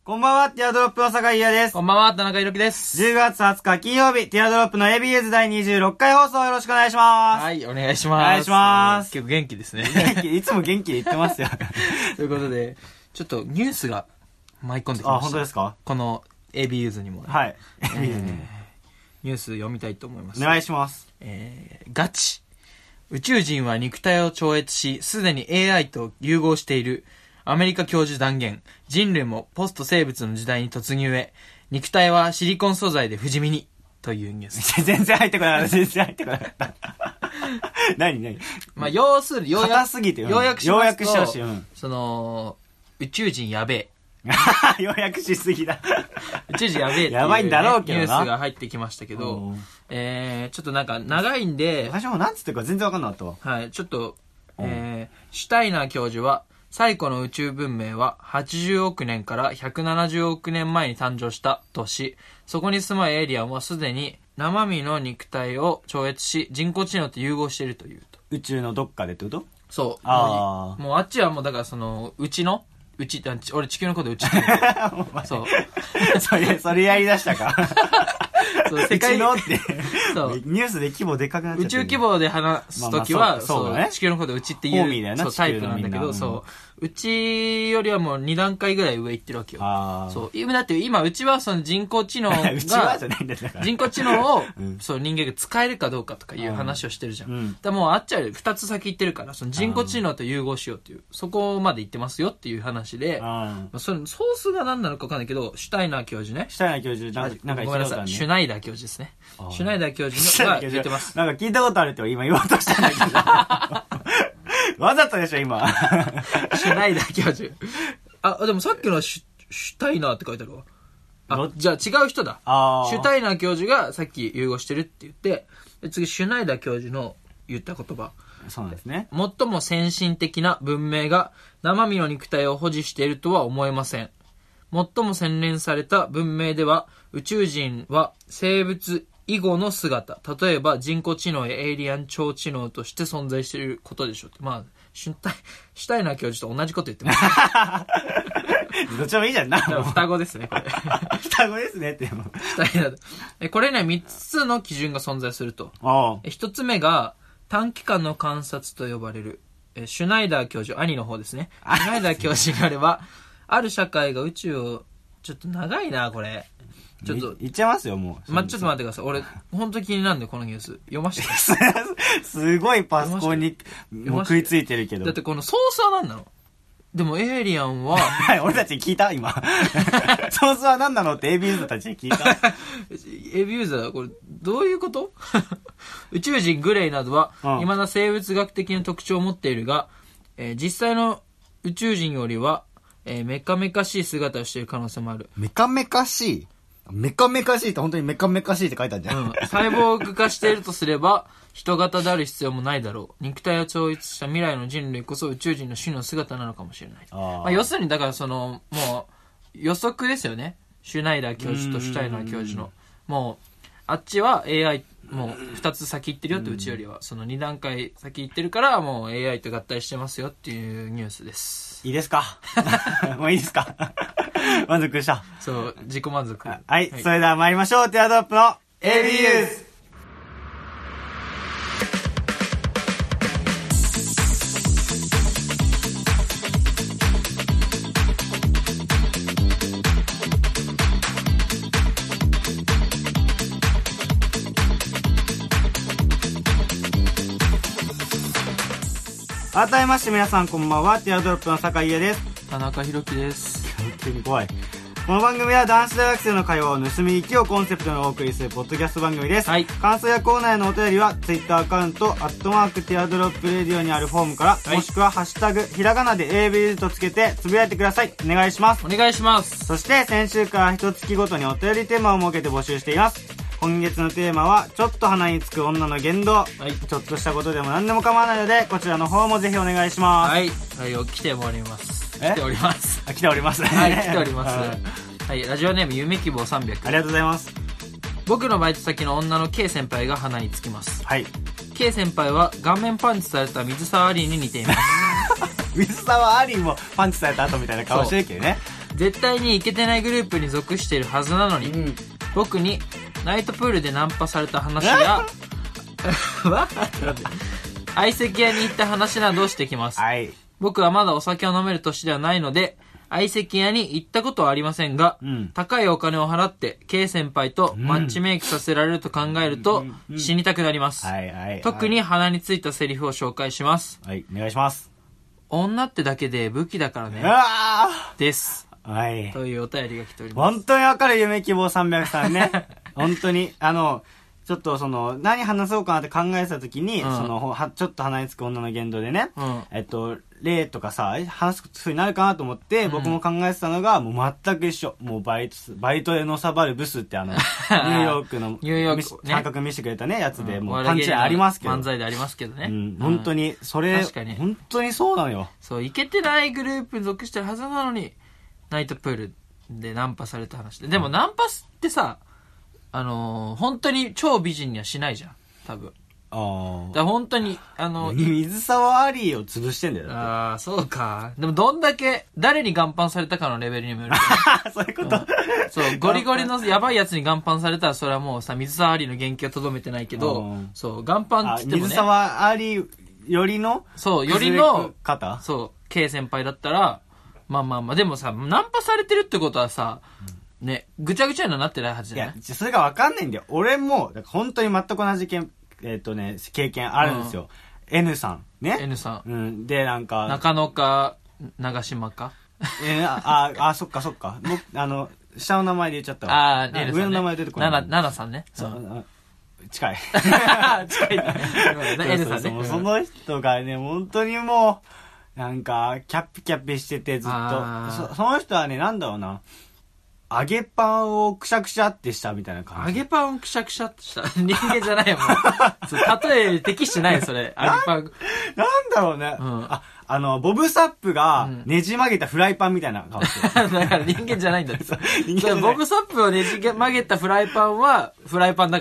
こんばんは、ティアドロップの坂井優です。 こんばんは、田中裕樹です。 10月20日金曜日、ティアドロップの ABS 第26回放送よろしくお願いします。 はい、お願いします。 お願いします。 結構元気ですね。 元気、いつも元気で言ってますよ。 ということで、ちょっとニュースが舞い込んできました。 あ、本当ですか？ この ABS にも、 はい。 ニュース読みたいと思います。 お願いします。 ガチ。宇宙人は肉体を超越し、すでに AI と融合している。アメリカ教授断言。人類もポスト生物の時代に突入へ。肉体はシリコン素材で不死身に。というニュース。 全然入ってこなかった。全然入ってこなかった。何まあ、要するに、 硬すぎて、 要約しますと、 してほしい。 その、宇宙人やべえ。 要約しすぎだ。 宇宙人やべえっていう、ね、 やばいんだろうけどなニュースが入ってきましたけど、ちょっとなんか長いんで、 私も何つってるか全然わかんなかったわ。 はい、ちょっと、シュタイナー教授は、最古の宇宙文明は80億年から170億年前に誕生したとし、そこに住まうエイリアンはすでに生身の肉体を超越し、人工知能と融合しているというと。 宇宙のどっかでってこと？ そう。 もうあっちはもうだからその、うち俺地球のことうちって言う。そう。 それやりだしたか。 そう世界のってそうニュースで規模でかくなっちゃって宇宙規模で話すときは、 そうだね、 地球のことうちっていう、そうタイプなんだけど、うちよりはもう2段階ぐらい上行ってるわけよ。そうだって今うちはその人工知能が人工知能を、そう人間が使えるかどうかとかいう話をしてるじゃん。だもうあっちは2つ先行ってるから、その人工知能と融合しようっていう、そこまで行ってますよっていう話で、そのソースが何なのか分かんないけど、シュタイナー教授ね。 シュタイナー教授なんかごめんなさい、シュナイダー教授ですね。シュナイダー教授が言ってます。 なんか聞いたことあるって今言おうとしたんだけど。わざとでしょ今。 シュナイダー教授。あ、でもさっきのシュタイナーって書いてあるわ。あ、じゃあ違う人だ。シュタイナー教授がさっき融合してるって言って、次シュナイダー教授の言った言葉。 そうなんですね。 最も先進的な文明が生身の肉体を保持しているとは思えません。最も洗練された文明では宇宙人は生物以後の姿、例えば人工知能やエイリアン超知能として存在していることでしょうって。まあ、シュタイナー教授と同じこと言ってます。 どっちもいいじゃんな。 双子ですね、これ。 双子ですねって。シュタイナー。これね、3つの基準が存在すると。1つ目が短期間の観察と呼ばれる。シュナイダー教授、兄の方ですね。シュナイダー教授があれば、ある社会が宇宙を、ちょっと長いな、これ。ちょっと。 言っちゃいますよ、もう。 ちょっと待ってください。俺、本当に気になるんで、このニュース。読ませて。 すごいパソコンに食いついてるけど。 だってこのソースは何なの？でも、エイリアンは。 俺たちに聞いた今。ソースは何なのって AB ユーザーたちに聞いた。 AB ユーザー、これ、どういうこと宇宙人グレイなどは、未だ生物学的な特徴を持っているが、実際の宇宙人よりは、メカメカしい姿をしている可能性もある。 メカメカしい？メカメカしいって本当にメカメカしいって書いてあるじゃん。 サイボーグ化しているとすれば、人型である必要もないだろう。肉体を超越した未来の人類こそ宇宙人の真の姿なのかもしれない。まあ、要するに、だからもう、予測ですよね。シュナイダー教授とシュタイナー教授の。もう、あっちは AI、もう2つ先行ってるよって、うちよりは。その2段階先行ってるから、もう AI と合体してますよっていうニュースです。 いいですか？もういいですか？満足した。 そう、自己満足。 はい、それでは参りましょう。ティアドロップの ABUs。改めまして皆さんこんばんは。ティアドロップの坂井優です。 田中裕樹です。 急に怖い。この番組は男子大学生の会話を盗み聞きをコンセプトにお送りするポッドキャスト番組です。感想やコーナーへのお便りは Twitter アカウントティアドロップレディオにあるフォームから、もしくはハッシュタグひらがなで ABUs とつけてつぶやいてください。お願いします。 お願いします。 そして先週から一月ごとにお便りテーマを設けて募集しています。今月のテーマはちょっと鼻につく女の言動、ちょっとしたことでも何でも構わないので、こちらの方もぜひお願いします。 はい、来ております。来ております。 来ております。 はい、来ております。はい、ラジオネーム夢希望300。 ありがとうございます。 僕のバイト先の女の K 先輩が鼻につきます。 はい。 K 先輩は顔面パンチされた水沢アリーに似ています。 水沢アリーもパンチされた後みたいな顔してるけどね。 絶対にイケてないグループに属しているはずなのに、僕にナイトプールでナンパされた話や相席屋に行った話などをしてきます。僕はまだお酒を飲める年ではないので相席屋に行ったことはありませんが、高いお金を払って K 先輩とマッチメイクさせられると考えると死にたくなります。特に鼻についたセリフを紹介します。 はい、お願いします。 女ってだけで武器だからね。です。はい。というお便りが来ております。 本当にわかる、夢希望303ね。本当に。ちょっと何話そうかなって考えてた時に、ちょっと鼻につく女の言動でね、例とかさ、話す風になるかなと思って、僕も考えてたのが、もう全く一緒。もうバイトでのさばるブスってニューヨークの、感覚見せてくれたね、やつで、もうパンチありますけど。 漫才でありますけどね。 本当に、それ、本当にそうなのよ。 そう、イケてないグループに属してるはずなのに、ナイトプールでナンパされた話で。でもナンパってさ、本当に超美人にはしないじゃん、多分。だから本当に、 水沢アリーを潰してんだよ。 ああ、そうか。でもどんだけ、誰に岩盤されたかのレベルにもよる。 そういうこと、 そう、ゴリゴリのやばいやつに岩盤されたら、それはもうさ、水沢アリーの元気をとどめてないけど、そう、岩盤って言ってもね。 水沢アリーよりのそう、よりの、そう、K 先輩だったら、まあ、でもさ、ナンパされてるってことはさ、ね、ぐちゃぐちゃにはなってないはずじゃない？ いや、それがわかんないんだよ。俺も、本当に全く同じ経験あるんですよ。N さん。ね。 N さん。 で、なんか。 中野か、長島か。 そっか。下の名前で言っちゃったわ。 N さん、ね。 上の名前出てこない。 奈々さんね。 そう。近い。 近い。N さんね。 その人がね、本当にもう、なんか、キャッピしててずっと。その人はね、なんだろうな。揚げパンをくしゃくしゃってしたみたいな感じ。 揚げパンをくしゃくしゃってした人間じゃないもん。例え適してないそれ。揚げパン。 なんだろうね。ボブサップがねじ曲げたフライパンみたいな顔してる。 だから人間じゃないんだってさ。ボブサップをねじ曲げたフライパンは、フライパンだから。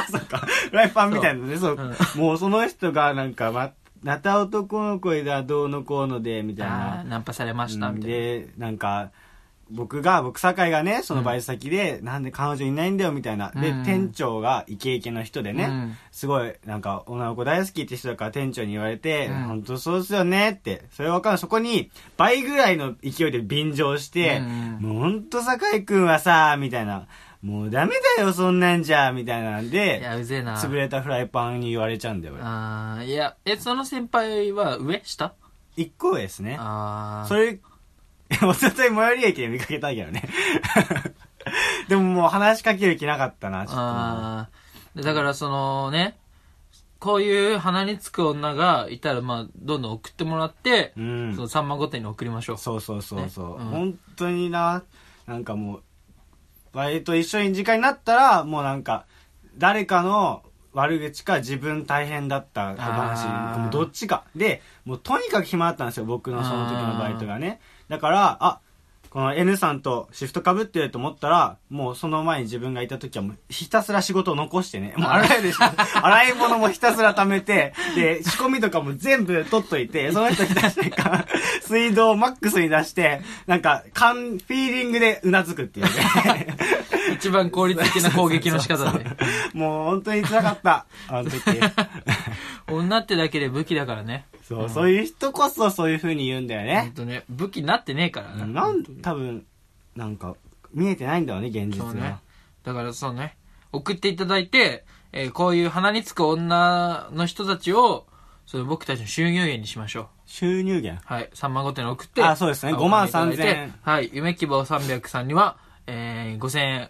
そっか。フライパンみたいなね。そう。もうその人がなんか、なた男の声だ、どうのこうので、みたいな。 ナンパされました、みたいな。 で、なんか、僕、酒井がね、そのバイト先で、なんで彼女いないんだよ、みたいな。で、店長がイケイケの人でね、すごい、なんか、女の子大好きって人だから店長に言われて、本当そうですよね、って。それわかる。そこに、倍ぐらいの勢いで便乗して、もう本当酒井くんはさ、みたいな。もうダメだよ、そんなんじゃ、みたいなんで、 いや、うぜえな。 潰れたフライパンに言われちゃうんだよ、 いや、その先輩は下？ 一個上ですね。それ、おととい最寄り駅で見かけたけどね。でももう話しかける気なかったな、ちょっと。だからこういう鼻につく女がいたら、どんどん送ってもらって、その3万ごとに送りましょう。 そう。本当になんかもう、バイト一緒に時間になったら、もうなんか、誰かの悪口か自分大変だった話、もうどっちか。で、もうとにかく暇だったんですよ、僕のその時のバイトがね。だから、この N さんとシフト被ってると思ったら、もうその前に自分がいた時はもうひたすら仕事を残してね、もう洗い物もひたすら貯めて、で、仕込みとかも全部取っといて、その人来た瞬間、水道をマックスに出して、なんか、フィーリングでうなずくっていうね。 一番効率的な攻撃の仕方で。 もう本当に辛かった、あの時。 女ってだけで武器だからね。 そういう人こそそういう風に言うんだよね。 ほんとね、武器になってねえからね。 多分、なんか、見えてないんだろうね、現実は。 ね。だから送っていただいて、こういう鼻につく女の人たちを、僕たちの収入源にしましょう。 収入源？ はい。3万ごとに送って。 そうですね。53,000円。 はい。夢希望300さんには、5,000円。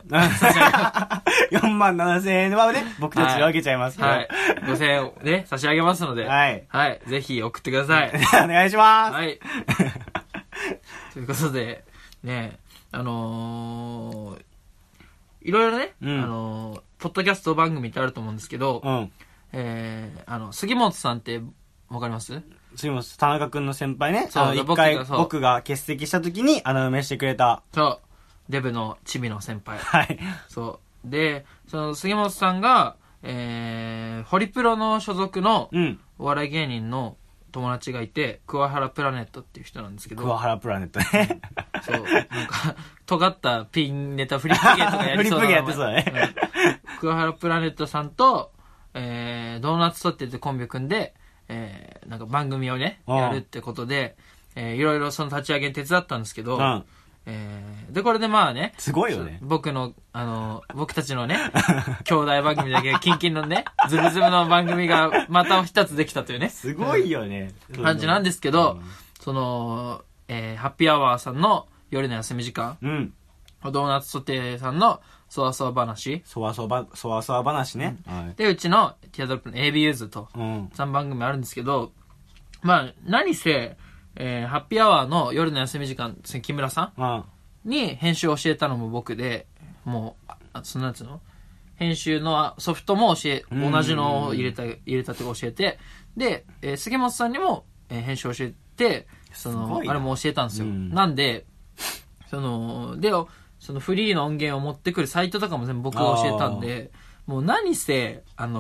47,000円はね、僕たちで分けちゃいますけど。はい。 5,000円をね、差し上げますので。はい。はい。ぜひ送ってください。 お願いします。 はい。ということで、ね、いろいろね、ポッドキャスト番組ってあると思うんですけど、杉本さんってわかります？ 杉本田中くんの先輩ね。一回僕が欠席した時に穴埋めしてくれた。 そう。デブのチビの先輩。 はい。 そう。で、杉本さんが、ホリプロの所属のお笑い芸人の友達がいて、桑原プラネットっていう人なんですけど。 桑原プラネットね。 そう、なんか、尖ったピンネタフリップゲーとかやりそうな。 フリップゲーやってそうだね。 桑原プラネットさんと、ドーナツソテーってコンビ組んで、なんか番組をね、やるってことで、いろいろその立ち上げに手伝ったんですけど、で、これでまあね、 すごいよね。 僕たちのね、兄弟番組だけ、キンキンのね、ズブズブの番組がまた一つできたというね。 すごいよね。 感じなんですけど、その、ハッピーアワーさんの夜の休み時間、ドーナツソテーさんのそわそわ話。 そわそわ話ね。 で、うちのティアドロップの AB ユーズと、3番組あるんですけど、まあ、何せ、ハッピーアワーの夜の休み時間、木村さんに編集を教えたのも僕で、もう、そのなんつうの編集のソフトも同じのを入れたって教えて、で、杉本さんにも、編集を教えて、あれも教えたんですよ。なんで、そのフリーの音源を持ってくるサイトとかも全部僕が教えたんで、もう何せ、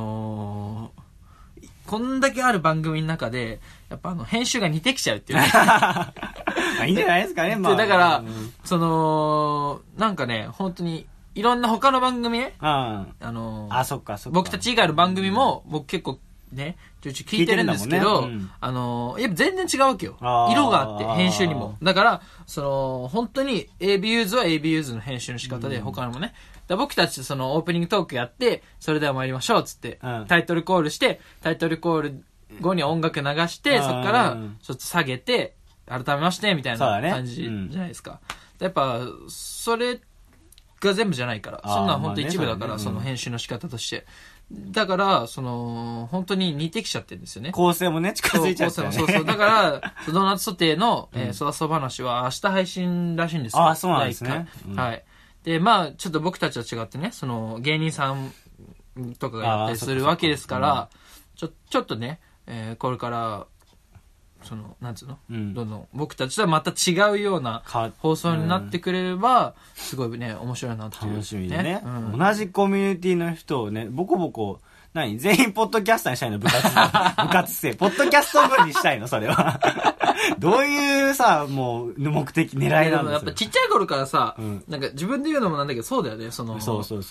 こんだけある番組の中で、やっぱ編集が似てきちゃうっていうね。 いいんじゃないですかね、まあ。 だから、なんかね、本当に、いろんな他の番組ね、 そっか。 僕たち以外の番組も、僕結構ね、聞いてるんですけど、やっぱ全然違うわけよ。色があって、編集にも。だから、本当に AB ユーズは AB ユーズの編集の仕方で、他のもね、僕たちオープニングトークやって、それでは参りましょうっつって、タイトルコールして、タイトルコール後に音楽流して、そっからちょっと下げて、改めましてみたいな感じじゃないですか。やっぱそれが全部じゃないから、そんなん本当一部だから、その編集の仕方として。だから、本当に似てきちゃってるんですよね。 構成もね、近づいちゃってるね。 そう。だから、ドーナツソテーの、そわそわ話は明日配信らしいんですよ。 そうなんですね。 はい。で、まあ、ちょっと僕たちと違ってね、芸人さんとかがやったりするわけですから、ちょっとね、これから、なんつうの、どんどん僕たちとはまた違うような放送になってくれれば、すごいね、面白いなっていう。 楽しみでね。同じコミュニティの人をね、ボコボコ、全員ポッドキャスターにしたいの部活生。ポッドキャスト部にしたいのそれは。どういうさ、もう、目的、狙いなんですか？ やっぱちっちゃい頃からさ、なんか自分で言うのもなんだけど、そうだよね、そう。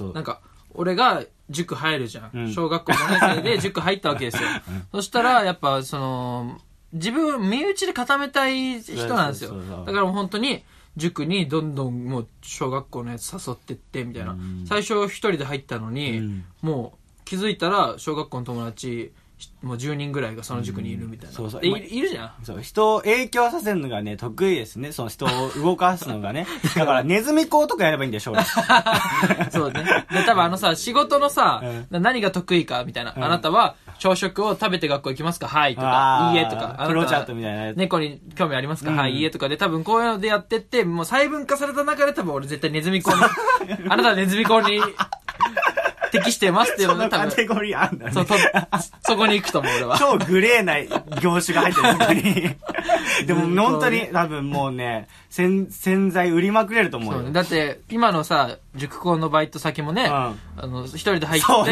なんか、俺が塾入るじゃん。小学校5年生で塾入ったわけですよ。そしたら、やっぱ、自分、身内で固めたい人なんですよ。だからもう本当に、塾にどんどんもう小学校のやつ誘ってってみたいな。最初一人で入ったのに、もう気づいたら小学校の友達もう10人ぐらいがその塾にいるみたいな。でいるじゃん。 人を影響させるのがね、得意ですね。その人を動かすのがね。だからネズミ講とかやればいいんだよ、将来。 そうね。で、多分仕事のさ、何が得意かみたいな。あなたは朝食を食べて学校行きますか？はいとか、いいえとか。 プロチャートみたいな。 猫に興味ありますか？はい、いいえとかで、多分こういうのでやってって、もう細分化された中で多分俺絶対ネズミ講に、あなたはネズミ講に、適してますっていうのが多分。 カテゴリーあんだね。 そこに行くと思う、俺は。 超グレーな業種が入ってる、そこに。でも、本当に、多分もうね、洗剤売りまくれると思うよ。 だって、今のさ、塾校のバイト先もね、一人で入って、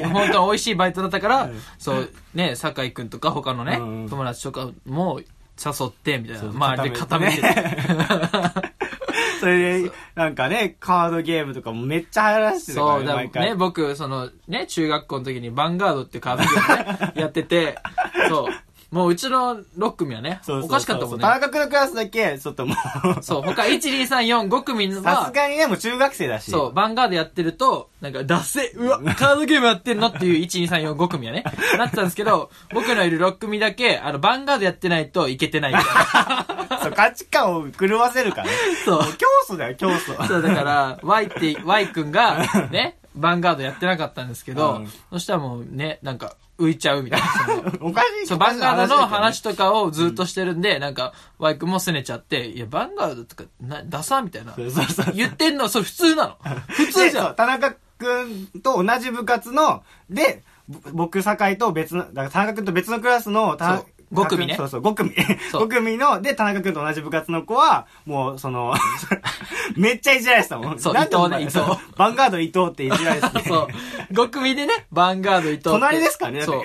本当に美味しいバイトだったから、そうね、酒井くんとか他のね、友達とかも誘って、みたいな。周りで固めてて。 それで、なんかね、カードゲームとかもめっちゃ流行らせてるからね、 毎回。ね、僕、中学校の時にヴァンガードってカードゲームね、やってて、そう。もううちの6組はね、おかしかったもんね。 田中君のクラスだけ、ちょっともう。 そう、他1、2、3、4、5組は。 さすがにね、もう中学生だし。 そう、ヴァンガードやってると、なんか、うわ、カードゲームやってんのっていう1、2、3、4、5組はね、なってたんですけど、僕のいる6組だけ、ヴァンガードやってないといけてないみたいな。そう、価値観を狂わせるからね。 そう。 競争だよ、競争。 そう、だから、Y 君が、ね、ヴァンガードやってなかったんですけど、そしたらもうね、なんか、浮いちゃうみたいな。 おかしい。 そう、ヴァンガードの話とかをずっとしてるんで、なんか、ワイ君も拗ねちゃって、いや、ヴァンガードとか、ダサみたいな。言ってんの、それ普通なの。普通じゃん。 田中君と同じ部活の、で、僕、酒井と別の、だから田中君と別のクラスの、 5組ね。 そう、5組。5組の、で、田中君と同じ部活の子は、もう、めっちゃいじられてたもん。 そう、伊藤ね、伊藤。 ヴァンガード伊藤っていじられてて。 そう。5組でね、ヴァンガード伊藤。 隣ですからね。 そう。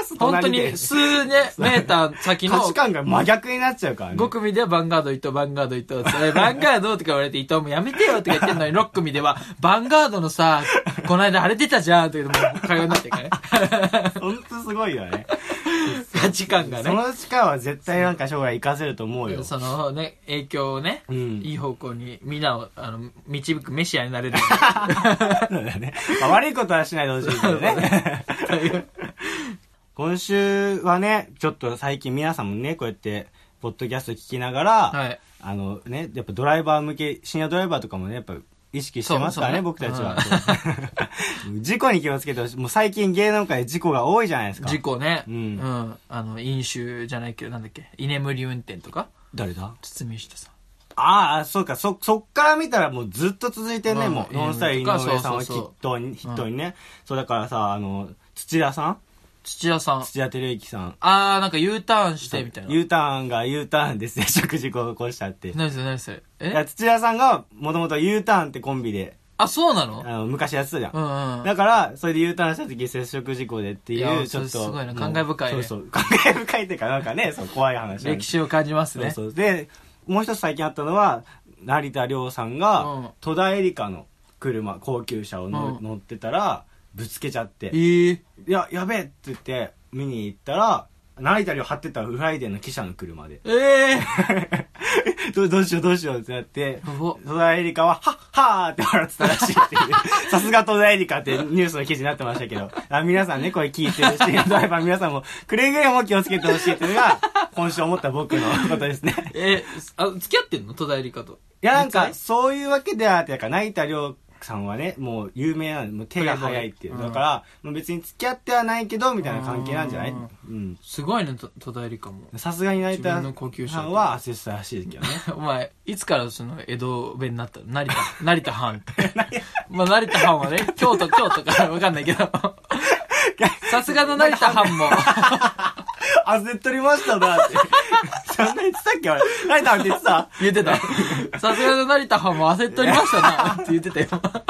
本当に数ね、メーター先の。 価値観が真逆になっちゃうからね。 5組ではヴァンガード伊藤、ヴァンガード伊藤。ヴァンガードとか言われて伊藤もやめてよとか言ってんのに、6組では、ヴァンガードのさ、この間あれ出たじゃんとか言ってもう会話になってるからね。 ほんとすごいよね。 価値観がね。 その力は絶対なんか将来活かせると思うよ。 そのね、影響をね、いい方向にみんなを導くメシアになれる。 そうだね。まあ、悪いことはしないでほしいけどね。今週はね、ちょっと最近皆さんもね、こうやって、ポッドキャスト聞きながら、はい、ね、やっぱドライバー向け、深夜ドライバーとかもね、やっぱ意識してますからね、僕たちは。事故に気をつけてほしい。もう最近芸能界で事故が多いじゃないですか。 事故ね。飲酒じゃないけど、なんだっけ、居眠り運転とか。 誰だ？ 堤下さん。 ああ、そうか、そっから見たらもうずっと続いてね、もう、ノンスタイル井上さんを筆頭にね。そう、だからさ、土田さん土屋照之さん。 なんか U ターンしてみたいな。 U ターンですね、食事を起こしちゃって。 何それ土屋さんが、もともと U ターンってコンビで。 そうなの？ 昔やってたじゃん。だから、それで U ターンした時接触事故でっていう、ちょっと。 すごいな、感慨深いね。 そう、感慨深いっていうか、なんかね、怖い話。 歴史を感じますね。 そう。で、もう一つ最近あったのは、成田凌さんが、戸田恵梨香の車、高級車を乗ってたら、ぶつけちゃって。やべえって言って、見に行ったら、成田凌張ってたフライデーの記者の車で。どうしようってなって、戸田恵梨香は、はーって笑ってたらしいっていう。さすが戸田恵梨香ってニュースの記事になってましたけど、皆さんね、これ聞いてるし、ドライバー皆さんも、くれぐれも気をつけてほしいっていうのが、今週思った僕のことですね。 付き合ってんの戸田恵梨香と。 いや、なんか、そういうわけでは、っていうか、成田凌さんはね、もう有名なの、もう手が早いっていう。だから、もう別に付き合ってはないけど、みたいな関係なんじゃない？ すごいね、戸田恵梨香も。 さすがに成田さんはアシスタらしいけどね。 お前、いつからその江戸弁になったの？成田藩って。まあ、成田藩はね、京都かわかんないけど。さすがの成田藩も。 焦っとりましたなって。そんな言ってたっけ俺。成田藩って言ってた。さすがの成田藩も焦っとりましたなって言ってたよ。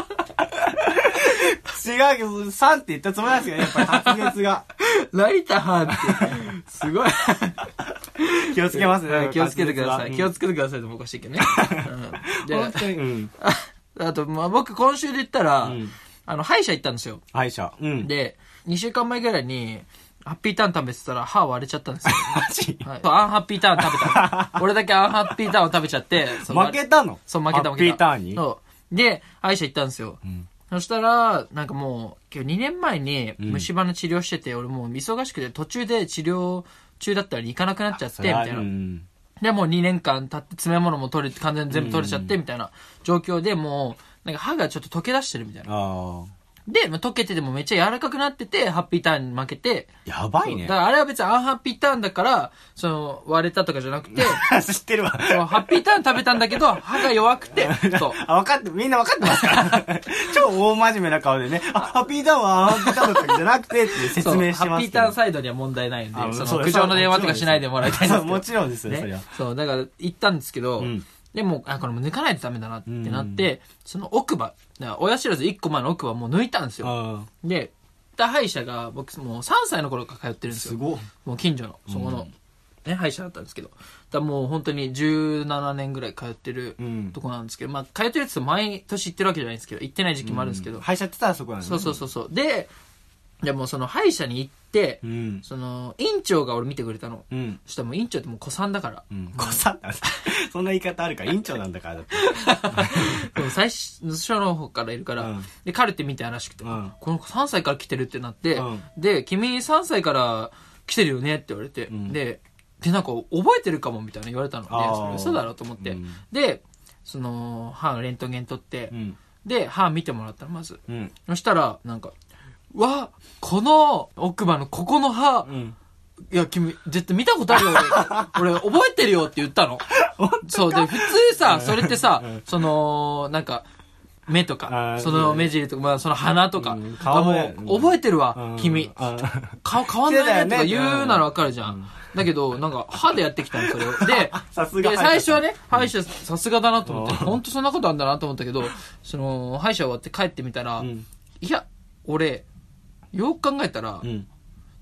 違うけど、3って言ったつもりなんですよね、やっぱり発熱が。 成田藩って。すごい。 気をつけますね。 気をつけてください。気をつけてくださいともおかしいけどね。 本当に。 あと、僕今週で言ったら、歯医者行ったんですよ。 歯医者。 で、2週間前ぐらいに、ハッピーターン食べてたら歯割れちゃったんですよ。 マジ？ はい。アンハッピーターン食べた。俺だけアンハッピーターンを食べちゃって。 負けたの？ そう、負けた。 ハッピーターンに？ そう。で、歯医者行ったんですよ。そしたら、なんかもう、今日2年前に虫歯の治療してて、俺もう忙しくて途中で治療中だったら行かなくなっちゃって、みたいな。で、もう2年間経って詰め物も完全に全部取れちゃって、みたいな状況でもう、なんか歯がちょっと溶け出してるみたいな。で、溶けててもめっちゃ柔らかくなってて、ハッピーターンに負けて。 やばいね。 だからあれは別にアンハッピーターンだから、割れたとかじゃなくて。 知ってるわ。 ハッピーターン食べたんだけど、歯が弱くて、そう。 みんな分かってますから超大真面目な顔でね、ハッピーターンはハッピーターンだったんじゃなくてって説明してますけど。ハッピーターンサイドには問題ないんで、苦情の電話とかしないでもらいたいんですけど。 もちろんですよ、それは。 そう、だから行ったんですけど、でも、これも抜かないとダメだなってなって、その奥歯、親知らず1個前の奥歯もう抜いたんですよ。で、歯医者が僕もう3歳の頃から通ってるんですよ。 すごい。 もう近所の、そこの、ね、歯医者だったんですけど。もう本当に17年ぐらい通ってるとこなんですけど、まあ通ってるやつと毎年行ってるわけじゃないんですけど、行ってない時期もあるんですけど。 歯医者って言ったらそこなんですね。 そう。でもその歯医者に行って、その院長が俺見てくれたの。そしたらもう院長ってもう子さんだから。 子さんそんな言い方あるから、院長なんだからだって。 でも最初の方からいるから、で、カルテ見てらしくて、この子3歳から来てるってなって、で、君3歳から来てるよねって言われて、で、なんか覚えてるかもみたいな言われたので、それ嘘だろうと思って。で、その、歯のレントゲン取って、で、歯見てもらったの、まず。そしたら、なんか、この奥歯のここの歯、いや、君、絶対見たことあるよ、俺覚えてるよって言ったの。そう、で、普通さ、それってさ、なんか、目とか、その目尻とか、まあ、その鼻とか、もう、覚えてるわ、君。顔変わんないねとか言うならわかるじゃん。だけど、なんか、歯でやってきたの、それを。で、最初はね、歯医者さすがだなと思って、ほんとそんなことあんだなと思ったけど、歯医者終わって帰ってみたら、いや、俺、よく考えたら、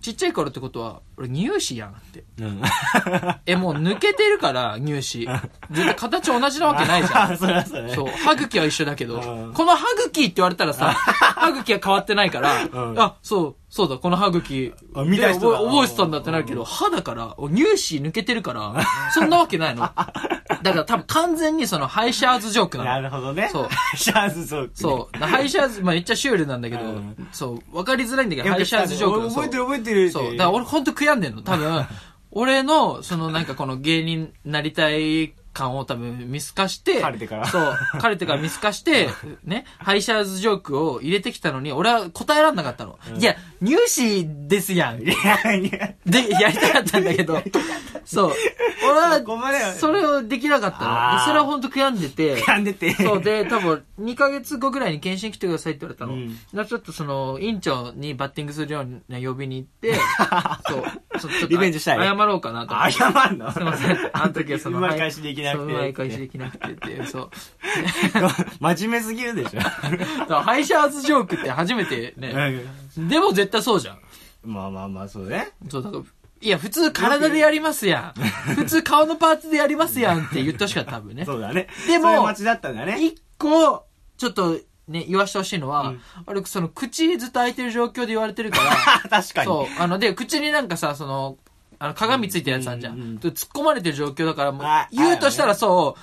ちっちゃい頃ってことは、俺乳歯やんって。もう抜けてるから、乳歯。絶対形同じなわけないじゃん。 そりゃそうね。 そう。歯茎は一緒だけど、この歯茎って言われたらさ、歯茎は変わってないから、あ、そうだ、この歯茎。 見た人覚えてたんだってなるけど、歯だから、乳歯抜けてるから、そんなわけないの。だから多分完全にそのハイシャーズジョークなの。 なるほどね。 そう。 ハイシャーズジョーク、ね。 そう。ハイシャーズ、めっちゃシュールなんだけど、そう、わかりづらいんだけど、ハイシャーズジョーク。 覚えてる。 そう。だから俺ほんと悔やんでんの。多分、俺の、なんかこの芸人になりたい感を多分見透かして、 彼から見透かして、ね、ハイシャーズジョークを入れてきたのに、俺は答えられなかったの。いや、乳歯ですやん。で、やりたかったんだけど、そう。俺は、それをできなかったの。でそれはほんと悔やんでて。そうで、多分、2ヶ月後ぐらいに検診来てくださいって言われたの。ちょっと院長にバッティングするような呼びに行って、そう。 リベンジしたい。 謝ろうかなと。 謝んの？ すいません。あの時はうまい返しできなくて。 うまい返しできなくてって、そう。 真面目すぎるでしょ。 ハイシャーズジョークって初めてね。でも絶対そうじゃん。 まあ、そうね。 そう、だから、いや、普通体でやりますやん。普通顔のパーツでやりますやんって言ってほしかった多分ね。 そうだね。 でも、 そういう街だったんだね。 一個、ちょっと、ね、言わしてほしいのは、あれ、口ずっと開いてる状況で言われてるから。 確かに。 そう、で、口になんかさ、鏡ついてるやつあんじゃん。突っ込まれてる状況だから、もう、言うとしたらそう、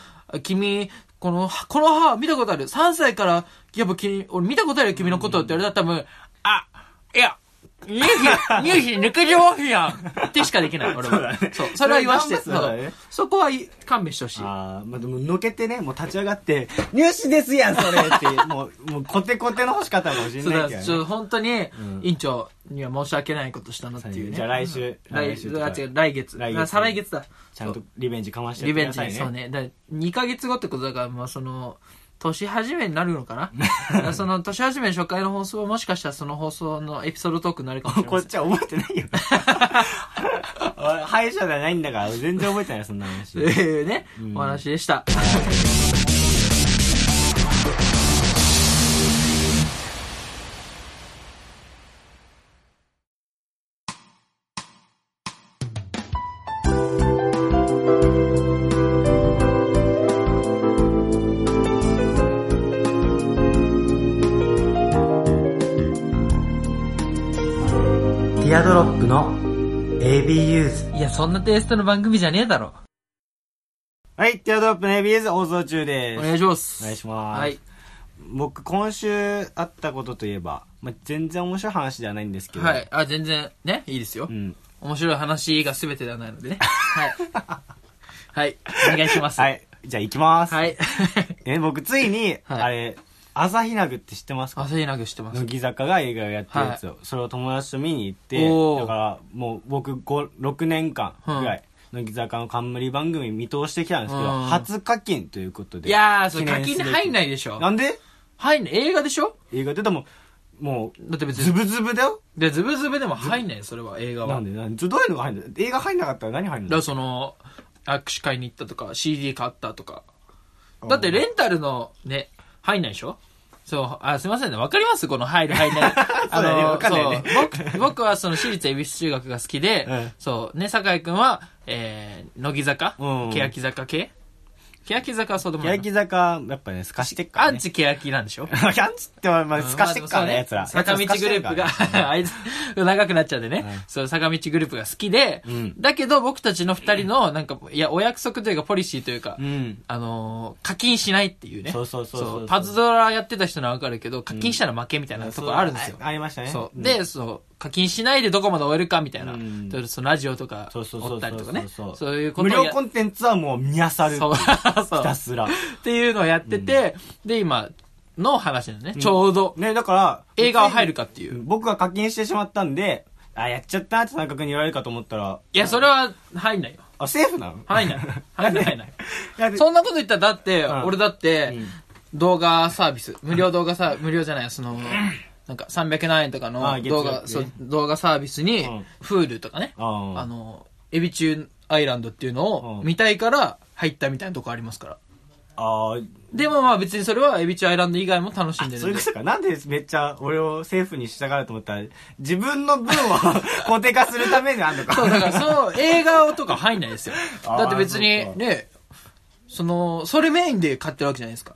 君、この歯見たことある ?3 歳から、やっぱ俺見たことあるよ、君のことって言われたら多分、いや、乳歯抜けてますやんってしかできない、俺は。そう。それは言わして、そこは勘弁してほしい。 でも、のけてね、もう立ち上がって、乳歯ですやん、それって、もう、コテコテの干し方かもしれないけどね。 そうだ、本当に、院長には申し訳ないことしたのっていうね。 じゃあ来月。 再来月だ。 ちゃんとリベンジかましてくださいね。 リベンジ、そうね。2ヶ月後ってことだから、年始めになるのかな年始め初回の放送はもしかしたらその放送のエピソードトークになるかもしれない。 こっちは覚えてないよ。歯医者ではないんだから、全然覚えてない、そんな話。 ね、お話でした。 ティアドロップの AB ユーズ。 いや、そんなテイストの番組じゃねえだろ。 はい、ティアドロップの AB ユーズ放送中です。 お願いします。 お願いします。 はい。 僕、今週あったことといえば、全然面白い話ではないんですけど。 はい。全然、ね、いいですよ。面白い話が全てではないのでね。はい。はい。お願いします。 はい。じゃあ行きます。 はい。 僕、ついに、朝日奈具って知ってますか？ 朝日奈具知ってます。 乃木坂が映画をやってるやつを、それを友達と見に行って、だからもう僕6年間ぐらい、乃木坂の冠番組見通してきたんですけど、初課金ということで。 いやー、それ課金で入んないでしょ。 なんで？ 入んない。映画でしょ？ 映画でもう、 だって別に。 ズブズブだよ。 で、ズブズブでも入んないよ、それは、映画は。 なんでどういうのが入んない？映画入んなかったら何入んの？ だから握手会に行ったとか、CD 買ったとか。だってレンタルのね、入んないでしょ？そう、すいませんね。わかります？この入る入んない。 わかんないね。 僕は私立恵比寿中学が好きで、そう、ね、酒井くんは、乃木坂、欅坂系欅坂はそうでもない。 欅坂、やっぱね、透かしてっからね。 アンチ欅なんでしょ？ アンチって透かしてっからね、奴ら。 坂道グループが、あいつ、長くなっちゃうんでね。そう、坂道グループが好きで、だけど僕たちの二人の、なんか、いや、お約束というか、ポリシーというか、課金しないっていうね。 そう。 パズドラやってた人ならわかるけど、課金したら負けみたいなところあるんですよ。 ありましたね。 そう。で、課金しないでどこまで終えるかみたいな。そのラジオとか、おったりとかね。そういうこと。 無料コンテンツはもう見漁る。そう。ひたすら。 っていうのをやってて、で、今の話だね。ちょうど。 ね、だから、 映画は入るかっていう。 僕が課金してしまったんで、やっちゃったって田中君に言われるかと思ったら。 いや、それは入んないよ。 セーフなの？ 入んない。そんなこと言ったら、だって、俺だって、動画サービス、無料じゃない、なんか300何円とかの動画サービスに、Hulu とかね、エビチューアイランドっていうのを見たいから入ったみたいなとこありますから。 でもまあ別にそれはエビチューアイランド以外も楽しんでるんで。 そういうことか。なんでめっちゃ俺を政府に従うと思ったら、自分の分を固定化するためにあんのか。 そう、だからそう、映画とか入んないですよ。だって別にね、それメインで買ってるわけじゃないですから。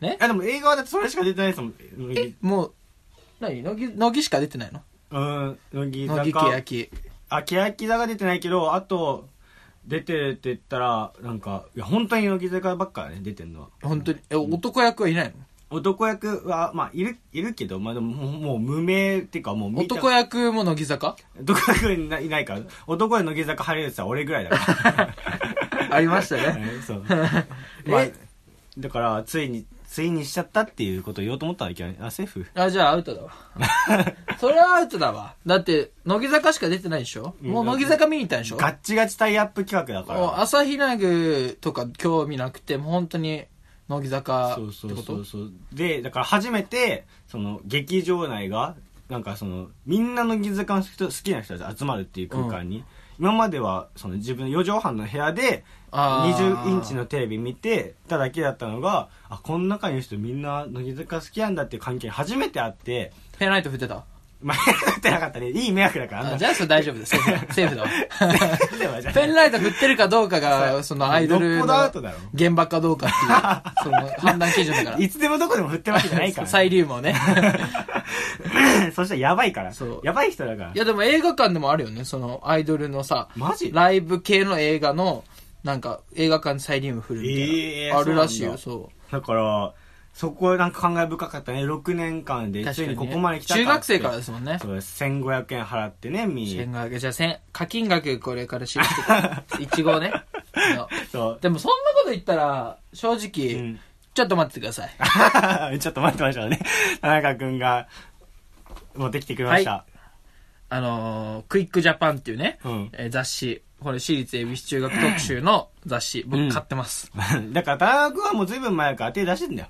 ね。 でも映画はだってそれしか出てないですもん。 もう、乃木しか出てないの？ 乃木欅。 欅座が出てないけど、あと、出てるって言ったら、なんか、いや、本当に乃木坂ばっかね、出てんのは。 本当に。男役はいないの？ 男役は、まあ、いるけど、まあでも、もう無名っていうか、もう男役も乃木坂？ 男役いないから、男で乃木坂晴れるって俺ぐらいだから。 ありましたね。 そう。まあ、だから、ついにしちゃったっていうことを言おうと思ったらいけない。セーフ？ じゃあアウトだわ。それはアウトだわ。だって、乃木坂しか出てないでしょ？もう乃木坂見に行ったでしょ？ ガッチガチタイアップ企画だから。 朝日奈具とか興味なくて、もう本当に乃木坂ってこと？ そう。で、だから初めて、劇場内が、なんかみんな乃木坂の好きな人たち集まるっていう空間に、今までは、自分の4畳半の部屋で、20インチのテレビ見てただけだったのが、この中にいる人みんな乃木坂好きなんだっていう関係に初めて会って、 ペンライト振ってた？ まあ、振ってなかったね。いい迷惑だから。 じゃあそれ大丈夫です。セーフだわ。ペンライト振ってるかどうかが、アイドルの現場かどうかっていう、判断基準だから。 いつでもどこでも振ってるわけじゃないから。 サイリウムをね。 そしたらやばいから。やばい人だから。 いやでも映画館でもあるよね。アイドルのさ、 マジ？ ライブ系の映画の、なんか映画館でサイリウム振るみたいな。あるらしいよ、そう。 だから、そこはなんか感慨深かったね。6年間で、ついにここまで来たか。 中学生からですもんね。 そうです。1500円払ってね、 1500円。じゃあ課金額これから知ってた。1号ね。 そう。 でもそんなこと言ったら、正直、ちょっと待ってください。ちょっと待ってましょうね。田中くんが持ってきてくれました。 クイックジャパンっていうね、雑誌。これ私立恵比寿中学特集の雑誌、僕買ってます。 だから田中君はもう随分前から手出してんだよ。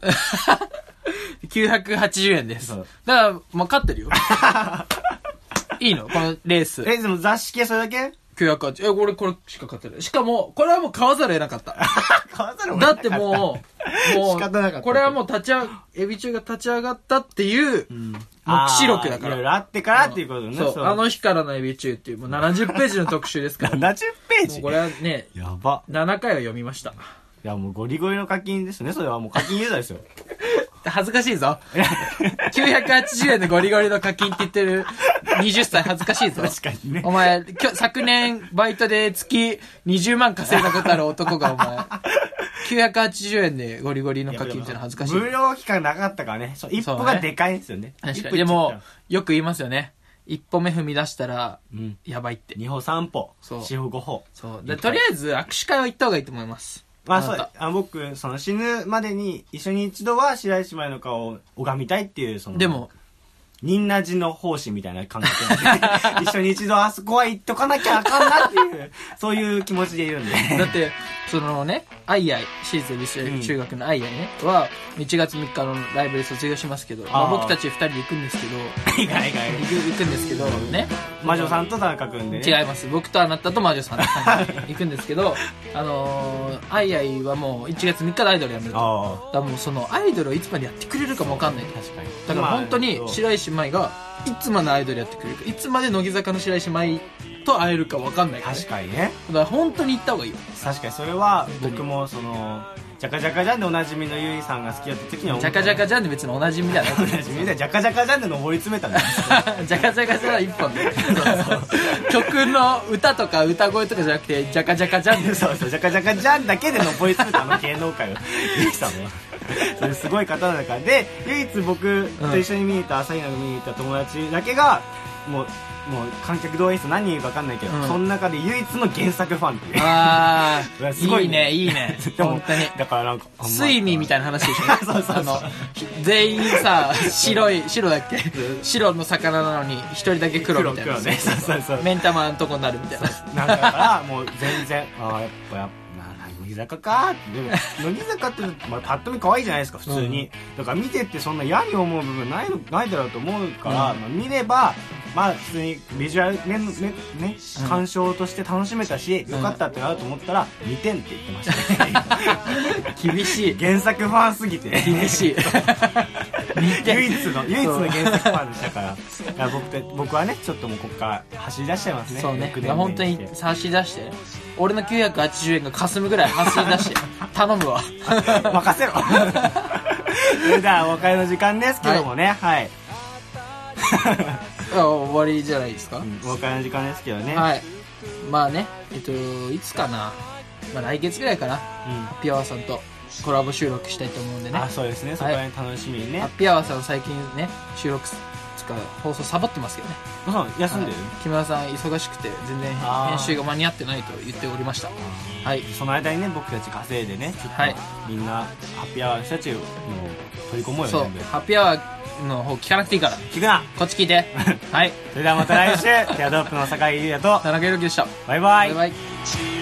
980円です。だから、まあ、買ってるよ。いいのこのレース。 でも雑誌系それだけ 980円。俺これしか買ってない。しかも、これはもう買わざるを得なかった。 買わざるを得なかった。 だってもう、 仕方なかった。 これはもう恵比寿が立ち上がったっていう、目視録だから。 いろいろあってからっていうことね。 そう。あの日からの恵比寿っていう、もう70ページの特集ですから。 70ページ？ もうこれはね、 やば。 7回は読みました。 いや、もうゴリゴリの課金ですね。それはもう課金ユーザーですよ。 恥ずかしいぞ。980円でゴリゴリの課金って言ってる20歳恥ずかしいぞ。 確かにね。 お前、昨年バイトで月20万稼いだことある男がお前、980円でゴリゴリの課金ってのは恥ずかしい。 無料期間なかったからね。一歩がでかいんですよね。 確かに。でも、よく言いますよね。一歩目踏み出したら、やばいって。 2歩3歩。 そう。 4歩5歩。 そう。とりあえず握手会は行った方がいいと思います。 まあそう、僕、死ぬまでに一緒に一度は白石麻衣の顔を拝みたいっていう、 でも、 仁和寺の奉仕みたいな感覚で、一緒に一度あそこは行っとかなきゃあかんなっていう、そういう気持ちでいるんで。 だって、アイアイ、私立恵比寿中学のアイアイね、は、1月3日のライブで卒業しますけど、僕たち2人で行くんですけど、行くんですけど、ね。 魔女さんと田中くんでね。 違います。僕とあなたと魔女さんで行くんですけど、アイアイはもう1月3日でアイドルやめると。だからもうアイドルをいつまでやってくれるかもわかんない。 確かに。 だから本当に白石麻衣がいつまでアイドルやってくれるか、いつまで乃木坂の白石麻衣と会えるか分かんないから、ね、 確かにね。 だから本当に行った方がいいよ。 確かにそれは僕もジャカジャカジャンでおなじみのゆいさんが好きだった時にはジャカジャカジャンで別におなじみだよ。 おなじみでジャカジャカジャンで上り詰めたんですジャカジャカジャンは一本で曲の歌とか歌声とかじゃなくてジャカジャカジャンでそうジャカジャカジャンだけで上り詰めた芸能界をゆいさんはそれすごい方だからで唯一僕と一緒に見に行った朝日奈見に行った友達だけがもう観客動員数何人いるか分かんないけど、その中で唯一の原作ファンっていう。 ああ、すごいね、いいね。本当に。 だからなんか、 睡眠みたいな話でしょ。そう全員さ、白だっけ白の魚なのに一人だけ黒みたいな。 黒ね。そう。 目ん玉のとこになるみたいな。 なんだから、もう全然、やっぱ乃木坂かってでも乃木坂ってパッと見可愛いじゃないですか普通に、だから見てってそんな嫌に思う部分ないだろうと思うから、見ればまあ普通にビジュアルね、鑑賞として楽しめたし、よかったってなると思ったら2点って言ってましたね。 厳しい。 原作ファンすぎて厳しい。 唯一の原作ファンでしたから。僕はね、ちょっともうここから走り出しちゃいますね。 そうね。本当に走り出して、俺の980円が霞むぐらい走り出して頼むわ。 任せろ。それではお別れの時間ですけどもね、はい。 終わりじゃないですか。 お別れの時間ですけどね。 はい。まあね、いつかな。まあ来月ぐらいかな。ハッピーアワーさんとコラボ収録したいと思うんでね。 あ、そうですね。そこら辺楽しみにね。 ハッピーアワーさん最近ね、収録放送サボってますけどね。 休んでる？ 木村さん忙しくて全然編集が間に合ってないと言っておりました。はい。 その間にね、僕たち稼いでね、ちょっとみんなハッピーアワーの人たちを取り込もうよ。 そう。ハッピーアワーの方聞かなくていいから。 聞くな。 こっち聞いて。はい。 それではまた来週、ティアドロップの坂井優也と田中裕樹でした。 バイバイ。 バイバイ。